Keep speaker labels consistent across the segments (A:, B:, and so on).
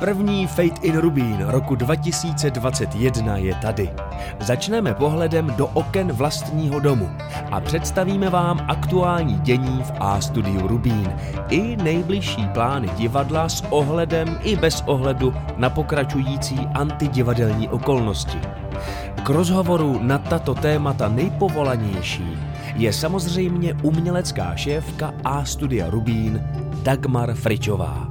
A: První Fade in Rubín roku 2021 je tady. Začneme pohledem do oken vlastního domu a představíme vám aktuální dění v A-studiu Rubín i nejbližší plány divadla s ohledem i bez ohledu na pokračující antidivadelní okolnosti. K rozhovoru na tato témata nejpovolanější je samozřejmě umělecká šéfka A-studia Rubín Dagmar Fričová.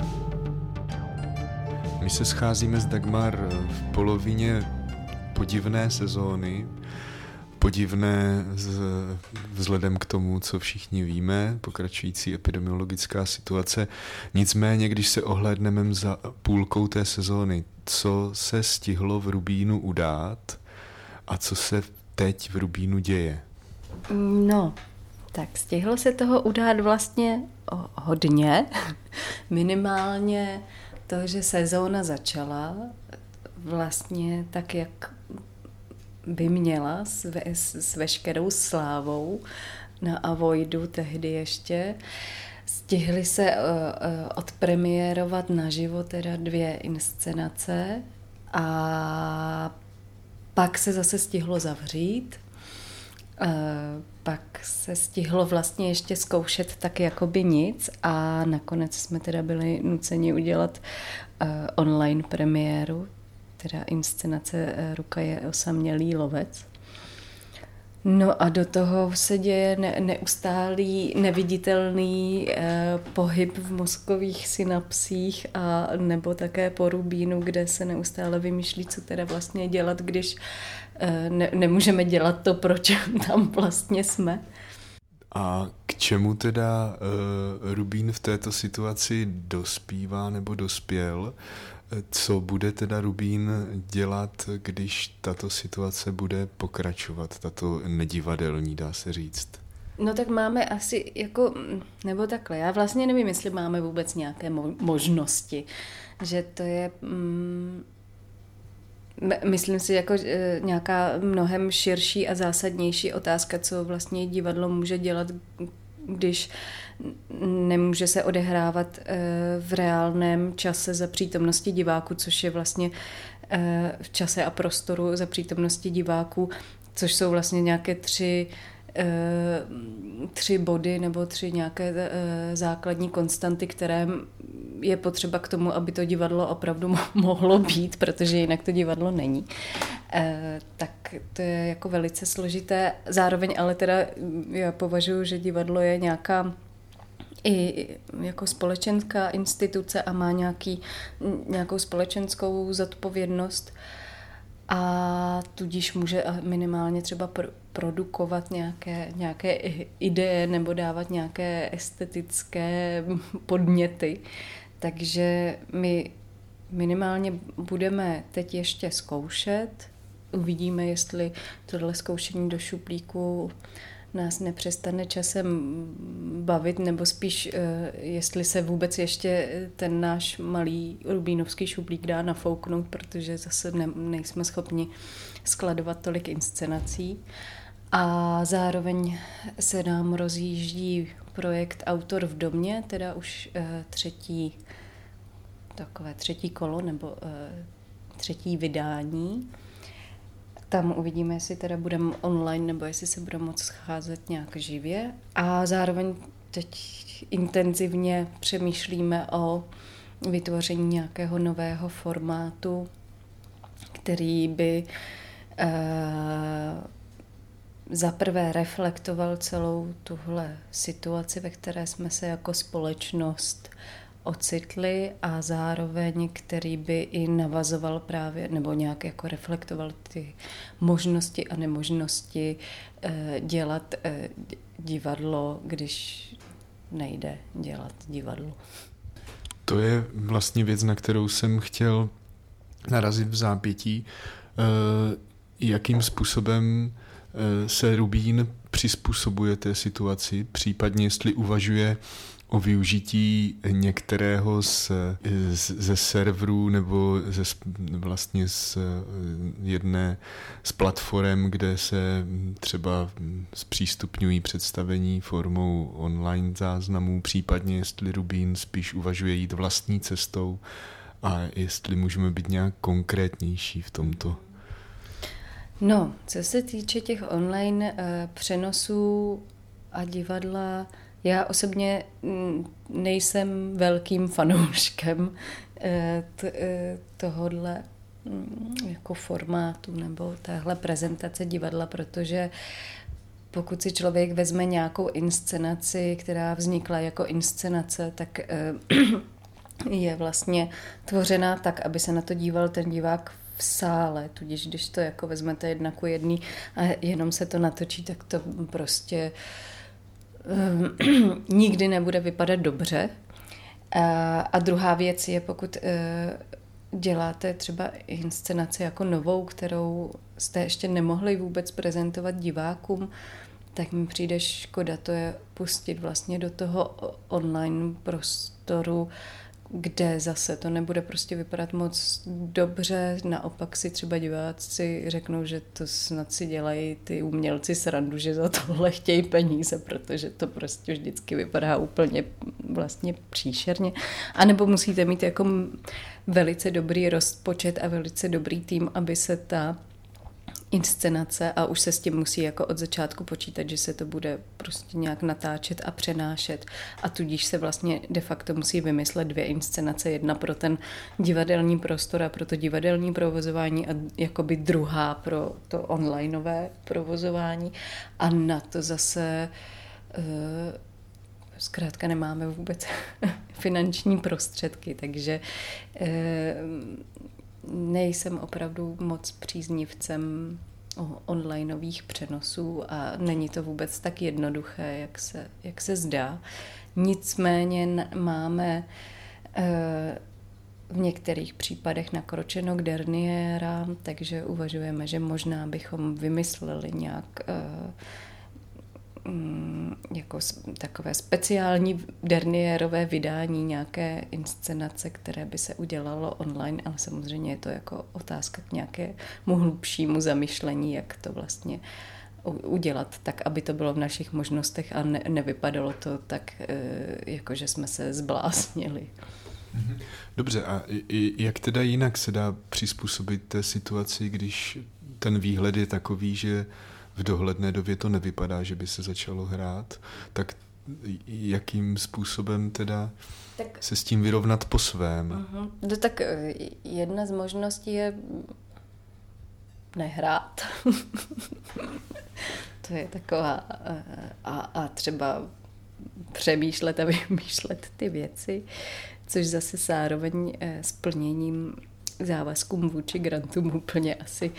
B: My se scházíme s Dagmar v polovině podivné sezóny. Podivné vzhledem k tomu, co všichni víme, pokračující epidemiologická situace. Nicméně, když se ohlédneme za půlkou té sezóny, co se stihlo v Rubínu udát a co se teď v Rubínu děje?
C: No, tak stihlo se toho udát vlastně hodně. Minimálně to, že sezóna začala vlastně tak, jak by měla s veškerou slávou na Avoidu tehdy ještě. Stihly se odpremiérovat naživo teda 2 inscenace a pak se zase stihlo zavřít. Pak se stihlo vlastně ještě zkoušet tak jakoby nic a nakonec jsme teda byli nuceni udělat online premiéru, teda inscenace Ruka je osamělý lovec. No a do toho se děje neustálý, neviditelný pohyb v mozkových synapsích a nebo také po Rubínu, kde se neustále vymýšlí, co teda vlastně dělat, když nemůžeme dělat to, proč tam vlastně jsme.
B: A k čemu teda Rubín v této situaci dospívá nebo dospěl? Co bude teda Rubín dělat, když tato situace bude pokračovat, tato nedivadelní, dá se říct?
C: No tak máme asi jako, nebo takhle, já vlastně nevím, jestli máme vůbec nějaké možnosti, že to je, myslím si, jako nějaká mnohem širší a zásadnější otázka, co vlastně divadlo může dělat, když nemůže se odehrávat v reálném čase za přítomnosti diváků, což je vlastně v čase a prostoru za přítomnosti diváků, což jsou vlastně nějaké 3 body nebo 3 nějaké základní konstanty, které je potřeba k tomu, aby to divadlo opravdu mohlo být, protože jinak to divadlo není. Tak to je jako velice složité. Zároveň ale teda já považuji, že divadlo je nějaká i jako společenská instituce a má nějakou společenskou zodpovědnost a tudíž může minimálně třeba produkovat nějaké ideje nebo dávat nějaké estetické podněty. Takže my minimálně budeme teď ještě zkoušet. Uvidíme, jestli tohle zkoušení do šuplíku nás nepřestane časem bavit, nebo spíš, jestli se vůbec ještě ten náš malý rubínovský šuplík dá nafouknout, protože zase nejsme schopni skladovat tolik inscenací. A zároveň se nám rozjíždí projekt Autor v domě, teda už třetí kolo nebo třetí vydání. Tam uvidíme, jestli teda budeme online, nebo jestli se budeme moct scházet nějak živě. A zároveň teď intenzivně přemýšlíme o vytvoření nějakého nového formátu, který by zaprvé reflektoval celou tuhle situaci, ve které jsme se jako společnost ocitli a zároveň, který by i navazoval právě, nebo nějak jako reflektoval ty možnosti a nemožnosti dělat divadlo, když nejde dělat divadlo.
B: To je vlastně věc, na kterou jsem chtěl narazit v zápětí. Jakým způsobem se Rubín přizpůsobuje té situaci, případně jestli uvažuje o využití některého ze serverů nebo vlastně z jedné z platform, kde se třeba zpřístupňují představení formou online záznamů, případně jestli Rubín spíš uvažuje jít vlastní cestou A jestli můžeme být nějak konkrétnější v tomto?
C: No, co se týče těch online přenosů a divadla, já osobně nejsem velkým fanouškem tohodle jako formátu nebo téhle prezentace divadla, protože pokud si člověk vezme nějakou inscenaci, která vznikla jako inscenace, tak je vlastně tvořená tak, aby se na to díval ten divák v sále, tudíž když to jako vezmete 1:1 a jenom se to natočí, tak to prostě nikdy nebude vypadat dobře. A druhá věc je, pokud děláte třeba inscenaci jako novou, kterou jste ještě nemohli vůbec prezentovat divákům, tak mi přijde škoda to je pustit vlastně do toho online prostoru, kde zase to nebude prostě vypadat moc dobře, naopak si třeba diváci řeknou, že to snad si dělají ty umělci srandu, že za tohle chtějí peníze, protože to prostě vždycky vypadá úplně vlastně příšerně. A nebo musíte mít jako velice dobrý rozpočet a velice dobrý tým, aby se ta inscenace, a už se s tím musí jako od začátku počítat, že se to bude prostě nějak natáčet a přenášet, a tudíž se vlastně de facto musí vymyslet 2 inscenace, jedna pro ten divadelní prostor a pro to divadelní provozování a jakoby druhá pro to onlineové provozování, a na to zase zkrátka nemáme vůbec finanční prostředky, takže nejsem opravdu moc příznivcem onlineových přenosů a není to vůbec tak jednoduché, jak se zdá. Nicméně máme v některých případech nakročeno k derniérám, takže uvažujeme, že možná bychom vymysleli nějak jako takové speciální derniérové vydání nějaké inscenace, které by se udělalo online, ale samozřejmě je to jako otázka k nějakému hlubšímu zamyšlení, jak to vlastně udělat tak, aby to bylo v našich možnostech a nevypadalo to tak, jako že jsme se zbláznili.
B: Dobře, a jak teda jinak se dá přizpůsobit té situaci, když ten výhled je takový, že v dohledné době to nevypadá, že by se začalo hrát, tak jakým způsobem teda se s tím vyrovnat po svém?
C: No, tak jedna z možností je nehrát. To je taková a třeba přemýšlet a vymýšlet ty věci, což zase zároveň s plněním závazkům vůči grantům úplně asi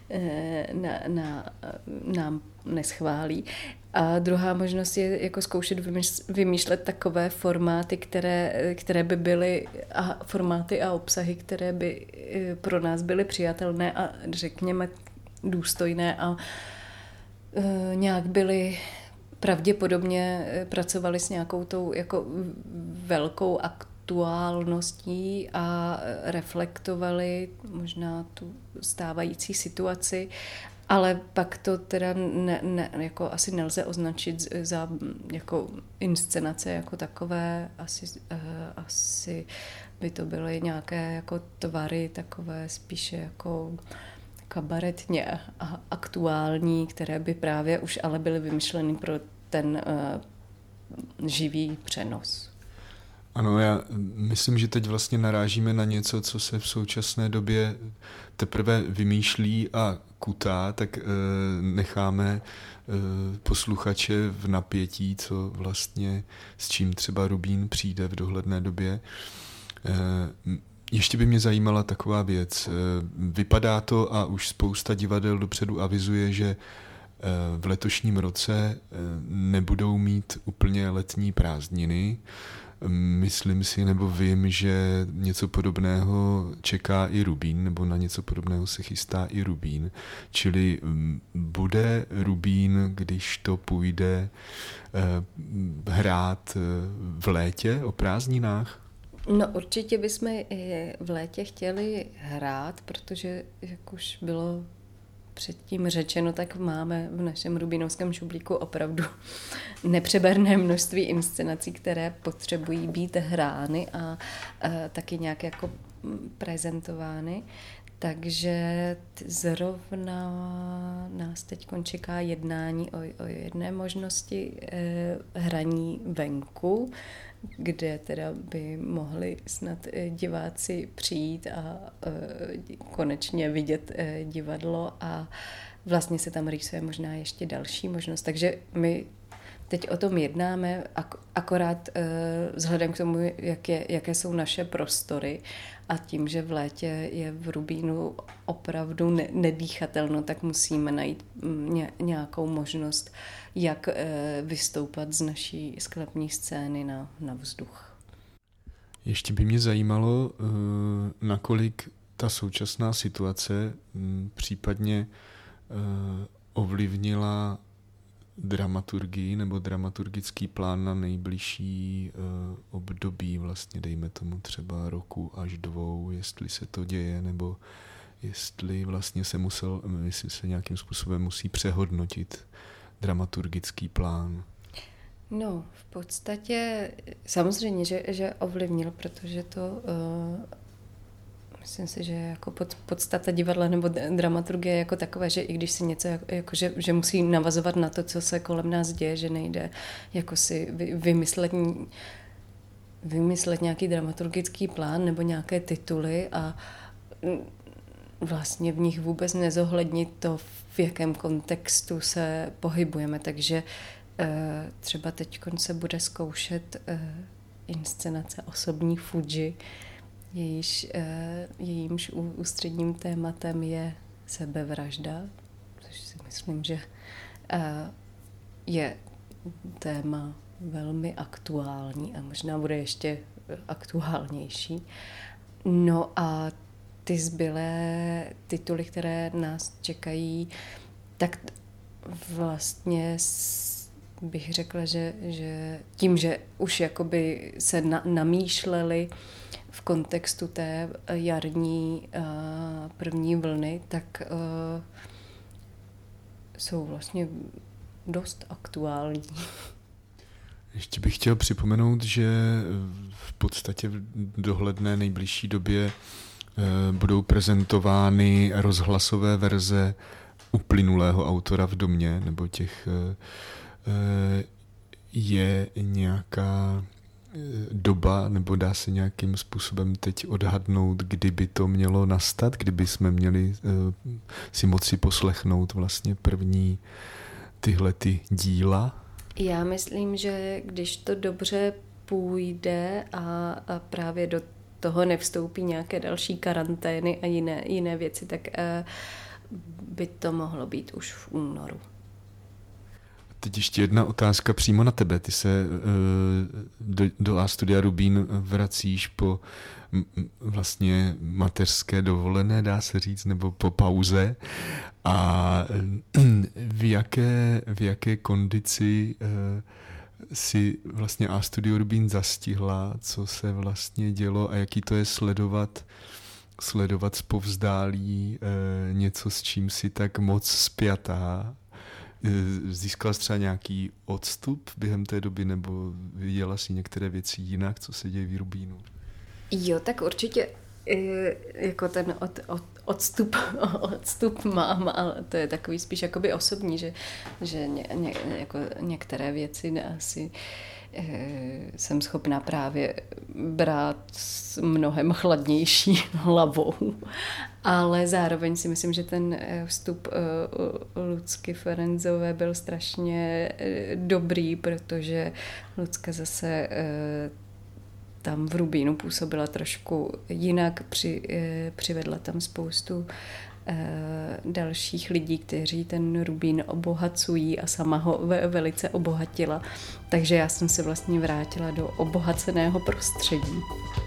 C: nám neschválí. A druhá možnost je jako zkoušet vymýšlet takové formáty, které by byly formáty a obsahy, které by pro nás byly přijatelné a řekněme důstojné a nějak byly pravděpodobně pracovali s nějakou tou jako velkou aktuálností a reflektovali možná tu stávající situaci, ale pak to teda jako asi nelze označit za jako inscenace jako takové, asi by to byly nějaké jako tvary takové spíše jako kabaretně a aktuální, které by právě už ale byly vymyšleny pro ten živý přenos.
B: Ano, já myslím, že teď vlastně narážíme na něco, co se v současné době teprve vymýšlí a kutá, tak necháme posluchače v napětí, co vlastně s čím třeba Rubín přijde v dohledné době. Ještě by mě zajímala taková věc. Vypadá to a už spousta divadel dopředu avizuje, že v letošním roce nebudou mít úplně letní prázdniny. Myslím si, nebo vím, že něco podobného čeká i Rubín, nebo na něco podobného se chystá i Rubín. Čili bude Rubín, když to půjde, hrát v létě o prázdninách?
C: No určitě bychom v létě chtěli hrát, protože jak už bylo předtím řečeno, tak máme v našem rubínovském šuplíku opravdu nepřeberné množství inscenací, které potřebují být hrány a taky nějak jako prezentovány. Takže zrovna nás teď čeká jednání o jedné možnosti hraní venku, kde teda by mohli snad diváci přijít a konečně vidět divadlo a vlastně se tam rýsuje možná ještě další možnost. Takže my teď o tom jednáme, akorát vzhledem k tomu, jaké jsou naše prostory a tím, že v létě je v Rubínu opravdu nedýchatelno, tak musíme najít nějakou možnost, jak vystoupat z naší sklepní scény na vzduch.
B: Ještě by mě zajímalo, nakolik ta současná situace případně ovlivnila dramaturgii nebo dramaturgický plán na nejbližší období, vlastně dejme tomu třeba roku až 2, jestli se to děje, nebo jestli vlastně jestli se nějakým způsobem musí přehodnotit dramaturgický plán.
C: No, v podstatě samozřejmě, že ovlivnil, protože to myslím si, že jako podstata divadla nebo dramaturgie jako takové, že i když si něco, jako že musí navazovat na to, co se kolem nás děje, že nejde jako si vymyslet nějaký dramaturgický plán nebo nějaké tituly a vlastně v nich vůbec nezohlednit to, v jakém kontextu se pohybujeme. Takže třeba teď se bude zkoušet inscenace Osobní Fuji, jejímž ústředním tématem je sebevražda, což si myslím, že je téma velmi aktuální a možná bude ještě aktuálnější. No a ty zbylé tituly, které nás čekají, tak vlastně bych řekla, že tím, že už jakoby se namýšleli v kontextu té jarní první vlny, tak jsou vlastně dost aktuální.
B: Ještě bych chtěl připomenout, že v podstatě v dohledné nejbližší době budou prezentovány rozhlasové verze uplynulého autora v domě, nebo těch je nějaká doba, nebo dá se nějakým způsobem teď odhadnout, kdyby to mělo nastat, kdyby jsme měli si moci poslechnout vlastně první tyhle ty díla?
C: Já myslím, že když to dobře půjde a právě do toho nevstoupí nějaké další karantény a jiné věci, tak by to mohlo být už v únoru.
B: Teď ještě jedna otázka přímo na tebe. Ty se do A-Studia Rubín vracíš po vlastně mateřské dovolené, dá se říct, nebo po pauze. A v jaké kondici si vlastně A-Studio Rubín zastihla, co se vlastně dělo a jaký to je sledovat zpovzdálí něco, s čím si tak moc spjatá? Získala jsi třeba nějaký odstup během té doby, nebo viděla jsi některé věci jinak, co se děje v Rubínu?
C: Jo, tak určitě jako ten odstup mám, ale to je takový spíš jakoby osobní, že jako některé věci asi jsem schopná právě brát s mnohem chladnější hlavou. Ale zároveň si myslím, že ten vstup Lucky Ferenzové byl strašně dobrý, protože Lucka zase tam v Rubínu působila trošku jinak, přivedla tam spoustu dalších lidí, kteří ten Rubín obohacují a sama ho velice obohatila. Takže já jsem se vlastně vrátila do obohaceného prostředí.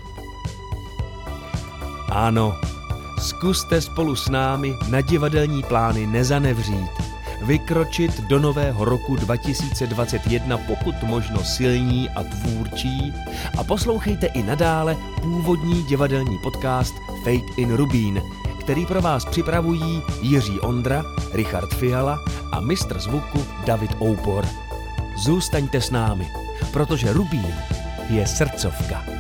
A: Ano, zkuste spolu s námi na divadelní plány nezanevřít. Vykročit do nového roku 2021 pokud možno silní a tvůrčí a poslouchejte i nadále původní divadelní podcast Fate in Rubín, který pro vás připravují Jiří Ondra, Richard Fiala a mistr zvuku David Oupor. Zůstaňte s námi, protože Rubín je srdcovka.